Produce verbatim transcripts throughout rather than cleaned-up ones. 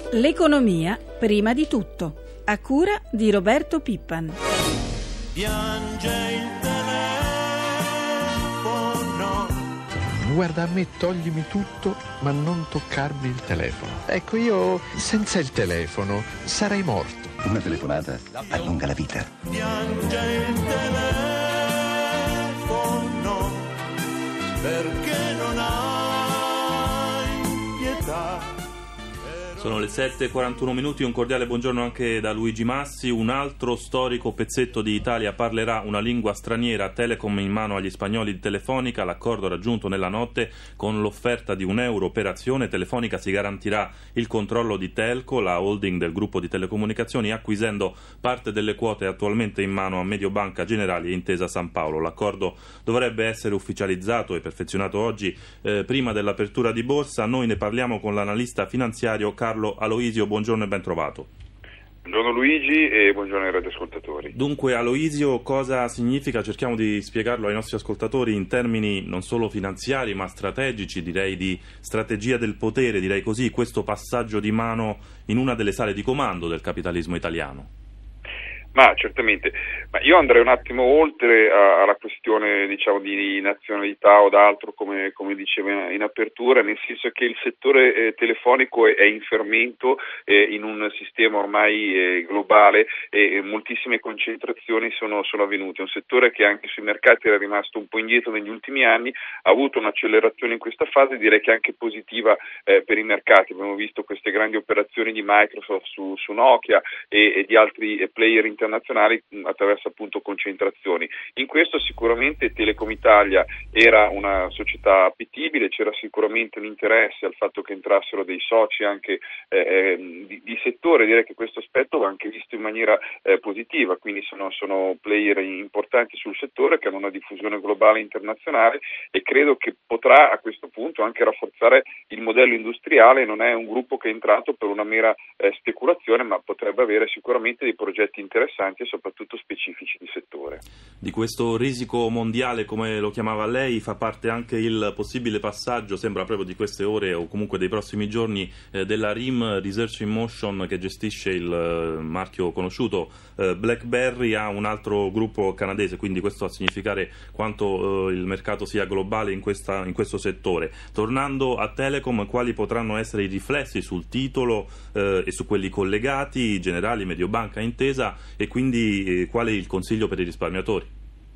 L'economia prima di tutto, a cura di Roberto Pippan. Piange il telefono. Guarda, a me toglimi tutto, ma non toccarmi il telefono. Ecco, io senza il telefono sarei morto. Una telefonata allunga la vita. Piange il telefono perché non hai pietà. Sono le sette e quarantuno minuti, un cordiale buongiorno anche da Luigi Massi. Un altro storico pezzetto di Italia parlerà una lingua straniera. Telecom in mano agli spagnoli di Telefonica, l'accordo raggiunto nella notte con l'offerta di un euro per azione. Telefonica si garantirà il controllo di Telco, la holding del gruppo di telecomunicazioni, acquisendo parte delle quote attualmente in mano a Mediobanca Generali e Intesa San Paolo. L'accordo dovrebbe essere ufficializzato e perfezionato oggi eh, prima dell'apertura di borsa. Noi ne parliamo con l'analista finanziario Carlo Aloisio. Buongiorno e ben trovato. Buongiorno Luigi e buongiorno ai radioascoltatori. Dunque, Aloisio, cosa significa? Cerchiamo di spiegarlo ai nostri ascoltatori in termini non solo finanziari ma strategici, direi di strategia del potere, direi così, questo passaggio di mano in una delle sale di comando del capitalismo italiano. Ma certamente, ma io andrei un attimo oltre a, alla questione, diciamo, di nazionalità o d'altro, come, come dicevo in apertura, nel senso che il settore eh, telefonico è, è in fermento eh, in un sistema ormai eh, globale e eh, moltissime concentrazioni sono, sono avvenute. Un settore che anche sui mercati era rimasto un po' indietro negli ultimi anni, ha avuto un'accelerazione in questa fase, direi che anche positiva eh, per i mercati. Abbiamo visto queste grandi operazioni di Microsoft su, su Nokia e, e di altri eh, player internazionali nazionali attraverso appunto concentrazioni. In questo sicuramente Telecom Italia era una società appetibile, c'era sicuramente un interesse al fatto che entrassero dei soci anche eh, di, di settore. Direi che questo aspetto va anche visto in maniera eh, positiva, quindi sono, sono player importanti sul settore che hanno una diffusione globale e internazionale e credo che potrà a questo punto anche rafforzare il modello industriale. Non è un gruppo che è entrato per una mera eh, speculazione, ma potrebbe avere sicuramente dei progetti interessanti e soprattutto specifici di settore. Di questo risico mondiale, come lo chiamava lei, fa parte anche il possibile passaggio, sembra proprio di queste ore o comunque dei prossimi giorni, eh, della R I M, Research in Motion, che gestisce il eh, marchio conosciuto eh, BlackBerry, a un altro gruppo canadese, quindi questo a significare quanto eh, il mercato sia globale in, questa, in questo settore. Tornando a Telecom, quali potranno essere i riflessi sul titolo eh, e su quelli collegati, Generali, Mediobanca, Intesa, e quindi eh, qual è il consiglio per i risparmiatori?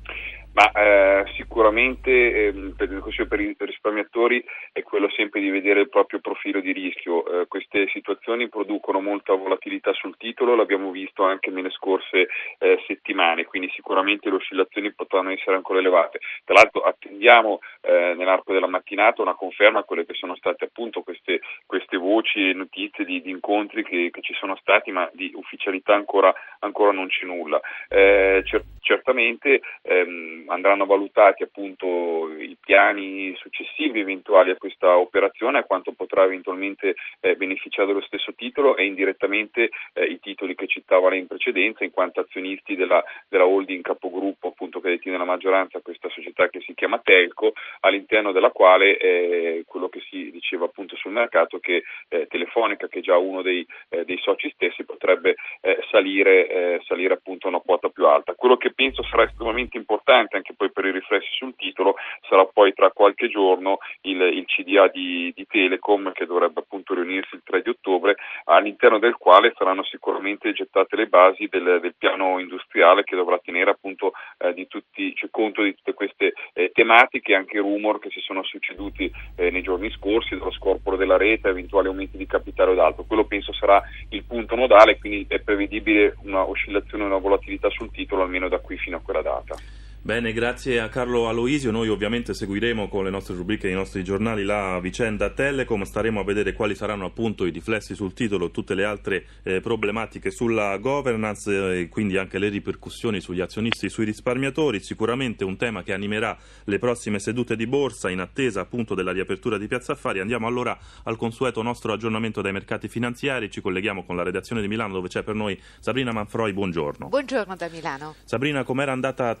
Ma eh, sicuramente eh, per il consiglio per i risparmiatori è quello sempre di vedere il proprio profilo di rischio. Eh, queste situazioni producono molta volatilità sul titolo, l'abbiamo visto anche nelle scorse eh, settimane, quindi sicuramente le oscillazioni potranno essere ancora elevate. Tra l'altro attendiamo eh, nell'arco della mattinata una conferma a quelle che sono state appunto queste, queste voci e notizie di, di incontri che, che ci sono stati, ma di ufficialità ancora, ancora non c'è nulla. Eh, cer- certamente ehm, andranno valutati appunto i piani successivi eventuali a questa operazione, a quanto potrà eventualmente eh, beneficiare dello stesso titolo e indirettamente eh, i titoli che citava lei in precedenza, in quanto azionisti della, della holding capogruppo appunto che detiene la maggioranza, questa società che si chiama Telco, all'interno della quale eh, quello che si diceva appunto sul mercato che eh, Telefonica, che è già uno dei, eh, dei soci stessi, potrebbe eh, salire, eh, salire appunto a una quota più alta. Quello che penso sarà estremamente importante anche poi per i riflessi sul titolo sarà poi tra qualche giorno il, il C D A di, di Telecom, che dovrebbe appunto riunirsi il tre di ottobre, all'interno del quale saranno sicuramente gettate le basi del, del piano industriale che dovrà tenere appunto eh, di tutti, cioè, conto di tutte queste eh, tematiche, anche rumor che si sono succeduti eh, nei giorni scorsi, dallo scorporo della rete, eventuali aumenti di capitale o altro. Quello penso sarà il punto nodale, quindi è prevedibile una oscillazione, una volatilità sul titolo almeno da qui fino a quella data. Bene, grazie a Carlo Aloisio. Noi ovviamente seguiremo con le nostre rubriche e i nostri giornali la vicenda Telecom, staremo a vedere quali saranno appunto i riflessi sul titolo e tutte le altre eh, problematiche sulla governance e eh, quindi anche le ripercussioni sugli azionisti e sui risparmiatori. Sicuramente un tema che animerà le prossime sedute di borsa in attesa appunto della riapertura di Piazza Affari. Andiamo allora al consueto nostro aggiornamento dai mercati finanziari, ci colleghiamo con la redazione di Milano dove c'è per noi Sabrina Manfroi. Buongiorno. Buongiorno da Milano. Sabrina, com'era andata Telecom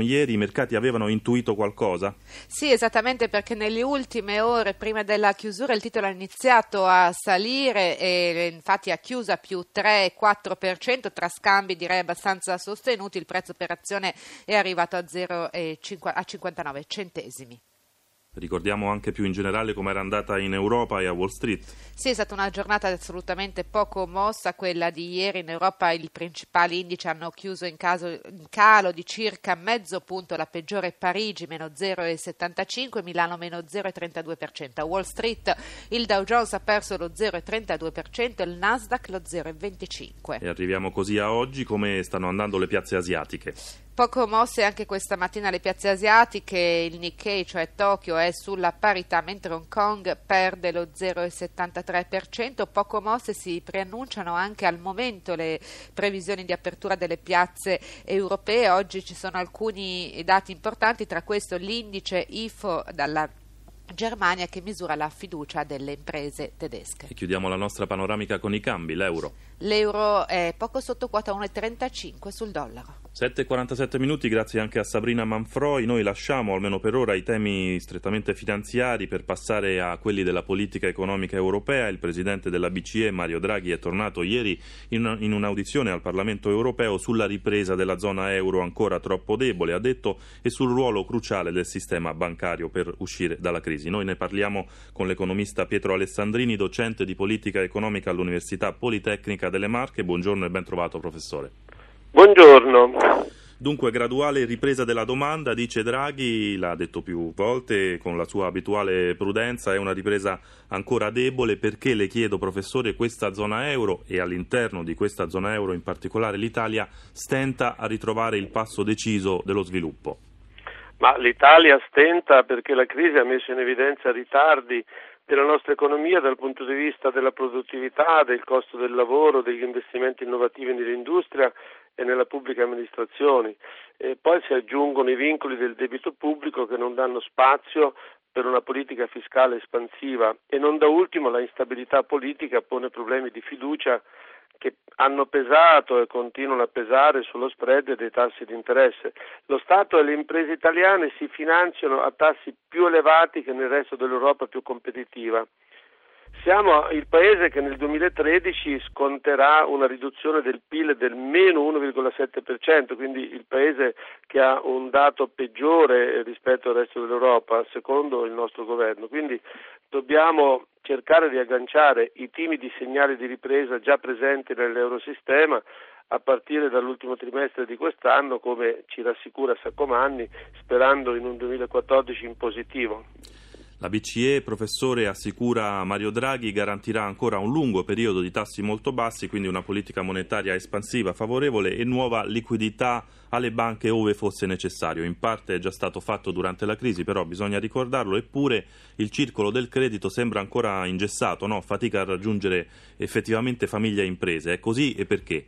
ieri, i mercati avevano intuito qualcosa? Sì, esattamente, perché nelle ultime ore prima della chiusura il titolo ha iniziato a salire e infatti ha chiuso a più tre quattro per cento tra scambi direi abbastanza sostenuti. Il prezzo per azione è arrivato a, zero virgola cinquantanove centesimi. Ricordiamo anche più in generale com'era andata in Europa e a Wall Street. Sì, è stata una giornata assolutamente poco mossa quella di ieri. In Europa i principali indici hanno chiuso in, caso, in calo di circa mezzo punto, la peggiore Parigi meno zero virgola settantacinque, Milano meno zero virgola trentadue per cento. A Wall Street il Dow Jones ha perso lo zero virgola trentadue per cento e il Nasdaq lo zero virgola venticinque per cento. E arriviamo così a oggi. Come stanno andando le piazze asiatiche? Poco mosse anche questa mattina le piazze asiatiche. Il Nikkei, cioè Tokyo, è sulla parità, mentre Hong Kong perde lo zero virgola settantatré per cento. Poco mosse si preannunciano anche al momento le previsioni di apertura delle piazze europee. Oggi ci sono alcuni dati importanti, tra questo l'indice I F O dalla Germania che misura la fiducia delle imprese tedesche. E chiudiamo la nostra panoramica con i cambi. L'euro. L'euro è poco sotto quota uno virgola trentacinque sul dollaro. sette e quarantasette minuti, grazie anche a Sabrina Manfroi. Noi lasciamo almeno per ora i temi strettamente finanziari per passare a quelli della politica economica europea. Il presidente della B C E, Mario Draghi, è tornato ieri in, in un'audizione al Parlamento europeo sulla ripresa della zona euro ancora troppo debole, ha detto, e sul ruolo cruciale del sistema bancario per uscire dalla crisi. Noi ne parliamo con l'economista Pietro Alessandrini, docente di politica economica all'Università Politecnica delle Marche. Buongiorno e ben trovato, professore. Buongiorno. Dunque, graduale ripresa della domanda, dice Draghi, l'ha detto più volte con la sua abituale prudenza, è una ripresa ancora debole. Perché, le chiedo, professore, questa zona euro e all'interno di questa zona euro in particolare l'Italia stenta a ritrovare il passo deciso dello sviluppo? Ma l'Italia stenta perché la crisi ha messo in evidenza ritardi della nostra economia dal punto di vista della produttività, del costo del lavoro, degli investimenti innovativi nell'industria e nella pubblica amministrazione. E poi si aggiungono i vincoli del debito pubblico che non danno spazio per una politica fiscale espansiva e non da ultimo la instabilità politica pone problemi di fiducia che hanno pesato e continuano a pesare sullo spread dei tassi di interesse. Lo Stato e le imprese italiane si finanziano a tassi più elevati che nel resto dell'Europa più competitiva. Siamo il paese che nel duemilatredici sconterà una riduzione del P I L del meno uno virgola sette per cento, quindi il paese che ha un dato peggiore rispetto al resto dell'Europa, secondo il nostro governo. Quindi dobbiamo cercare di agganciare i timidi segnali di ripresa già presenti nell'eurosistema a partire dall'ultimo trimestre di quest'anno, come ci rassicura Saccomanni, sperando in un duemilaquattordici in positivo. La B C E, professore, assicura Mario Draghi, garantirà ancora un lungo periodo di tassi molto bassi, quindi una politica monetaria espansiva favorevole e nuova liquidità alle banche ove fosse necessario. In parte è già stato fatto durante la crisi, però bisogna ricordarlo, eppure il circolo del credito sembra ancora ingessato, no? Fatica a raggiungere effettivamente famiglie e imprese. È così e perché?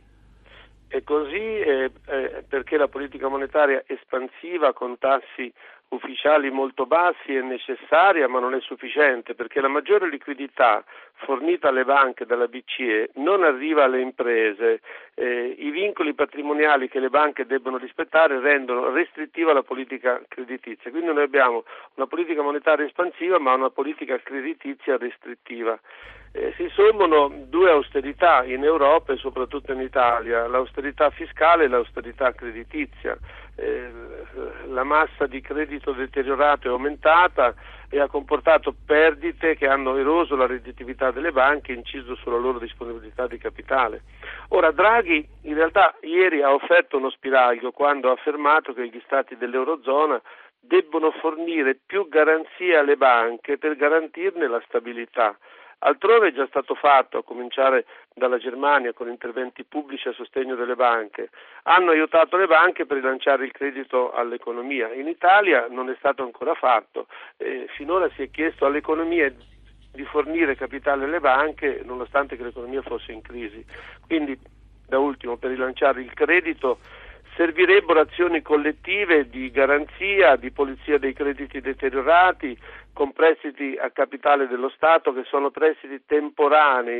È così eh, eh, perché la politica monetaria espansiva con tassi ufficiali molto bassi è necessaria, ma non è sufficiente, perché la maggiore liquidità fornita alle banche dalla B C E non arriva alle imprese. Eh, I vincoli patrimoniali che le banche debbono rispettare rendono restrittiva la politica creditizia. Quindi noi abbiamo una politica monetaria espansiva, ma una politica creditizia restrittiva. Eh, si sommano due austerità in Europa e soprattutto in Italia, l'austerità fiscale e l'austerità creditizia. Eh, la massa di credito deteriorato è aumentata e ha comportato perdite che hanno eroso la redditività delle banche e inciso sulla loro disponibilità di capitale. Ora Draghi in realtà ieri ha offerto uno spiraglio quando ha affermato che gli stati dell'Eurozona debbono fornire più garanzie alle banche per garantirne la stabilità. Altrove è già stato fatto, a cominciare dalla Germania con interventi pubblici a sostegno delle banche. Hanno aiutato le banche per rilanciare il credito all'economia. In Italia non è stato ancora fatto. Eh, finora si è chiesto all'economia di fornire capitale alle banche nonostante che l'economia fosse in crisi. Quindi, da ultimo, per rilanciare il credito servirebbero azioni collettive di garanzia, di polizia dei crediti deteriorati, con prestiti a capitale dello Stato che sono prestiti temporanei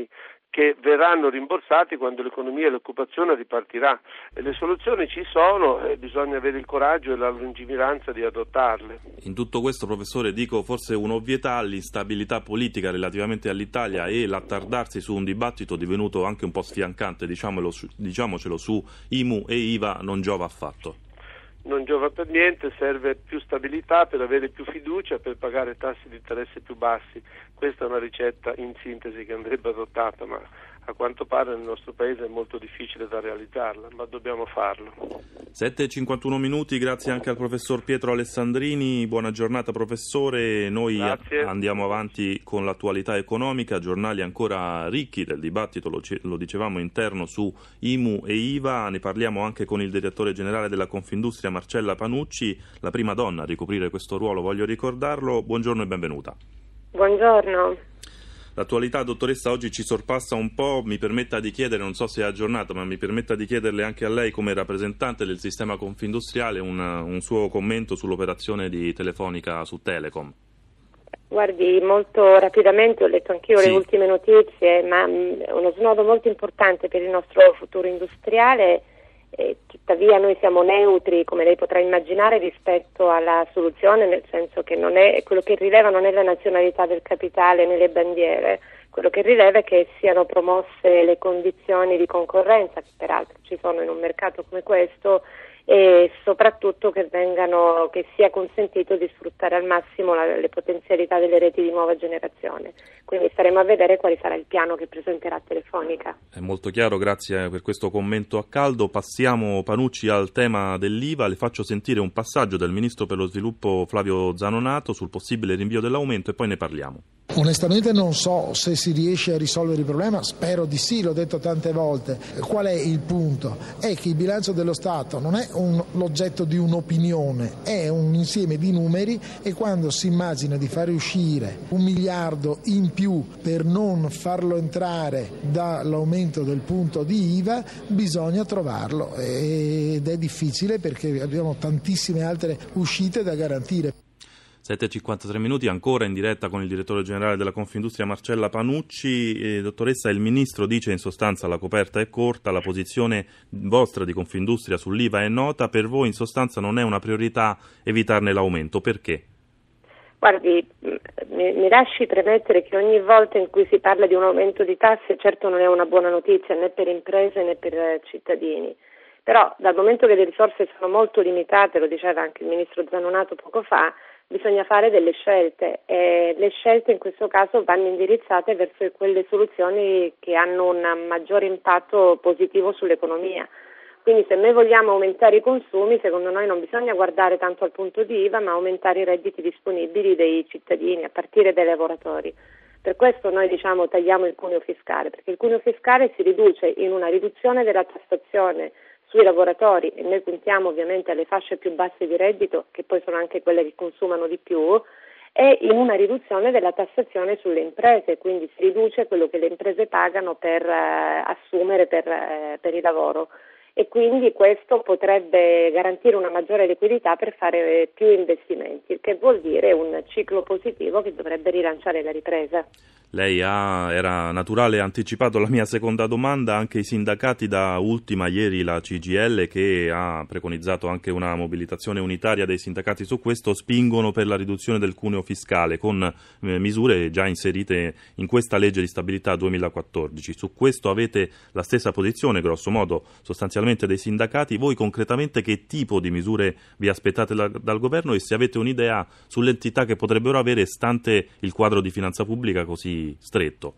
che verranno rimborsati quando l'economia e l'occupazione ripartirà. E le soluzioni ci sono, e bisogna avere il coraggio e la lungimiranza di adottarle. In tutto questo, professore, dico forse un'ovvietà, l'instabilità politica relativamente all'Italia e l'attardarsi su un dibattito divenuto anche un po' sfiancante, diciamolo, diciamocelo, su I M U e I V A non giova affatto. Non giova per niente, serve più stabilità per avere più fiducia, per pagare tassi di interesse più bassi. Questa è una ricetta in sintesi che andrebbe adottata, ma a quanto pare nel nostro paese è molto difficile da realizzarla, ma dobbiamo farlo. sette e cinquantuno minuti, grazie anche al professor Pietro Alessandrini. Buona giornata, professore. Noi Grazie. Andiamo avanti con l'attualità economica, giornali ancora ricchi del dibattito, lo, lo dicevamo, interno su I M U e I V A. Ne parliamo anche con il direttore generale della Confindustria, Marcella Panucci, la prima donna a ricoprire questo ruolo, voglio ricordarlo. Buongiorno e benvenuta. Buongiorno. L'attualità, dottoressa, oggi ci sorpassa un po', mi permetta di chiedere, non so se è aggiornato, ma mi permetta di chiederle anche a lei come rappresentante del sistema confindustriale un, un suo commento sull'operazione di Telefonica su Telecom. Guardi, molto rapidamente ho letto anch'io Sì. le ultime notizie, ma mh, è uno snodo molto importante per il nostro futuro industriale. E tuttavia noi siamo neutri, come lei potrà immaginare, rispetto alla soluzione, nel senso che non è quello che rileva non è la nazionalità del capitale né le bandiere, quello che rileva è che siano promosse le condizioni di concorrenza, che peraltro ci sono in un mercato come questo, e soprattutto che vengano, che sia consentito di sfruttare al massimo la, le potenzialità delle reti di nuova generazione. Quindi staremo a vedere quale sarà il piano che presenterà Telefonica. È molto chiaro, grazie per questo commento a caldo. Passiamo, Panucci, al tema dell'I V A. Le faccio sentire un passaggio del Ministro per lo Sviluppo Flavio Zanonato sul possibile rinvio dell'aumento e poi ne parliamo. Onestamente non so se si riesce a risolvere il problema, spero di sì, l'ho detto tante volte. Qual è il punto? È che il bilancio dello Stato non è un, l'oggetto di un'opinione, è un insieme di numeri, e quando si immagina di fare uscire un miliardo in più per non farlo entrare dall'aumento del punto di I V A, bisogna trovarlo, ed è difficile perché abbiamo tantissime altre uscite da garantire. sette e cinquantatré minuti, ancora in diretta con il direttore generale della Confindustria, Marcella Panucci. Eh, dottoressa, il Ministro dice in sostanza la coperta è corta, la posizione vostra di Confindustria sull'I V A è nota, per voi in sostanza non è una priorità evitarne l'aumento, perché? Guardi, mi, mi lasci premettere che ogni volta in cui si parla di un aumento di tasse certo non è una buona notizia né per imprese né per cittadini, però dal momento che le risorse sono molto limitate, lo diceva anche il Ministro Zanonato poco fa, bisogna fare delle scelte, e le scelte in questo caso vanno indirizzate verso quelle soluzioni che hanno un maggiore impatto positivo sull'economia. Quindi se noi vogliamo aumentare i consumi, secondo noi non bisogna guardare tanto al punto di I V A, ma aumentare i redditi disponibili dei cittadini, a partire dai lavoratori. Per questo noi diciamo tagliamo il cuneo fiscale, perché il cuneo fiscale si riduce in una riduzione della tassazione sui lavoratori, e noi puntiamo ovviamente alle fasce più basse di reddito, che poi sono anche quelle che consumano di più, e in una riduzione della tassazione sulle imprese, quindi si riduce quello che le imprese pagano per eh, assumere per, eh, per il lavoro, e quindi questo potrebbe garantire una maggiore liquidità per fare più investimenti, il che vuol dire un ciclo positivo che dovrebbe rilanciare la ripresa. Lei ha, era naturale, ha anticipato la mia seconda domanda, anche i sindacati, da ultima ieri la C G I L, che ha preconizzato anche una mobilitazione unitaria dei sindacati su questo, spingono per la riduzione del cuneo fiscale con eh, misure già inserite in questa legge di stabilità duemilaquattordici. Su questo avete la stessa posizione, grosso modo, sostanzialmente dei sindacati. Voi concretamente che tipo di misure vi aspettate la, dal governo, e se avete un'idea sull'entità che potrebbero avere stante il quadro di finanza pubblica così stretto?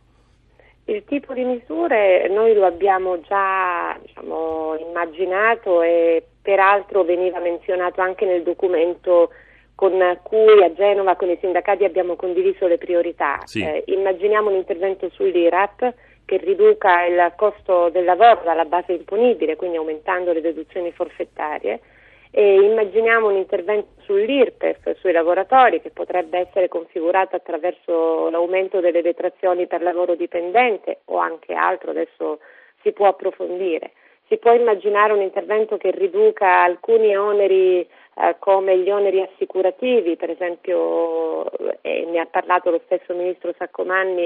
Il tipo di misure noi lo abbiamo già diciamo, immaginato, e peraltro veniva menzionato anche nel documento con cui a Genova con i sindacati abbiamo condiviso le priorità. Sì. Eh, immaginiamo un intervento sull'I R A P che riduca il costo del lavoro dalla base imponibile, quindi aumentando le deduzioni forfettarie, e immaginiamo un intervento sull'I R P E F, sui lavoratori, che potrebbe essere configurato attraverso l'aumento delle detrazioni per lavoro dipendente o anche altro, adesso si può approfondire. Si può immaginare un intervento che riduca alcuni oneri eh, come gli oneri assicurativi, per esempio, e ne ha parlato lo stesso Ministro Saccomanni,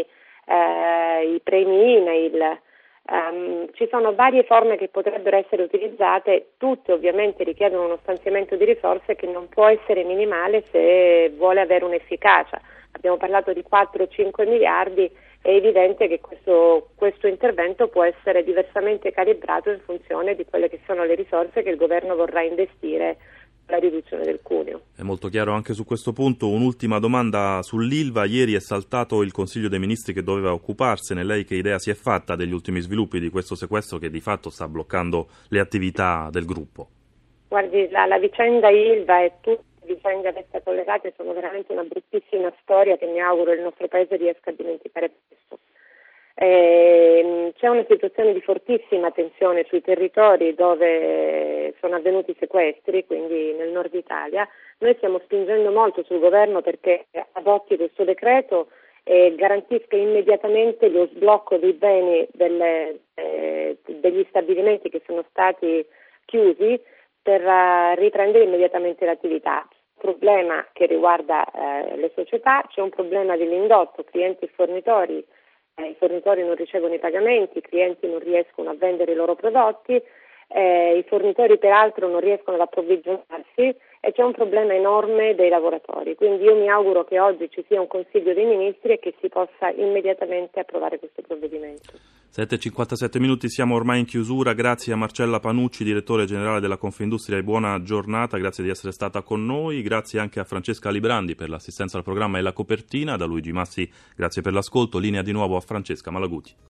eh, i premi I N A I L. Um, ci sono varie forme che potrebbero essere utilizzate, tutte ovviamente richiedono uno stanziamento di risorse che non può essere minimale se vuole avere un'efficacia. Abbiamo parlato di quattro o cinque miliardi, è evidente che questo, questo intervento può essere diversamente calibrato in funzione di quelle che sono le risorse che il governo vorrà investire la riduzione del cuneo. È molto chiaro anche su questo punto. Un'ultima domanda sull'Ilva. Ieri è saltato il Consiglio dei Ministri che doveva occuparsene. Lei che idea si è fatta degli ultimi sviluppi di questo sequestro che di fatto sta bloccando le attività del gruppo? Guardi, la, la vicenda Ilva e tutte le vicende ad essa collegate sono veramente una bruttissima storia che mi auguro il nostro Paese riesca a dimenticare presto. Eh, c'è una situazione di fortissima tensione sui territori dove sono avvenuti sequestri, quindi nel nord Italia. Noi stiamo spingendo molto sul governo perché adotti questo decreto e garantisca immediatamente lo sblocco dei beni delle, eh, degli stabilimenti che sono stati chiusi per uh, riprendere immediatamente l'attività. Un problema che riguarda eh, le società, c'è un problema dell'indotto, clienti e fornitori. I fornitori non ricevono i pagamenti, i clienti non riescono a vendere i loro prodotti, eh, i fornitori peraltro non riescono ad approvvigionarsi e c'è un problema enorme dei lavoratori. Quindi io mi auguro che oggi ci sia un Consiglio dei Ministri e che si possa immediatamente approvare questo provvedimento. sette e cinquantasette minuti, siamo ormai in chiusura. Grazie a Marcella Panucci, direttore generale della Confindustria, e buona giornata. Grazie di essere stata con noi. Grazie anche a Francesca Librandi per l'assistenza al programma e la copertina. Da Luigi Massi, grazie per l'ascolto. Linea di nuovo a Francesca Malaguti.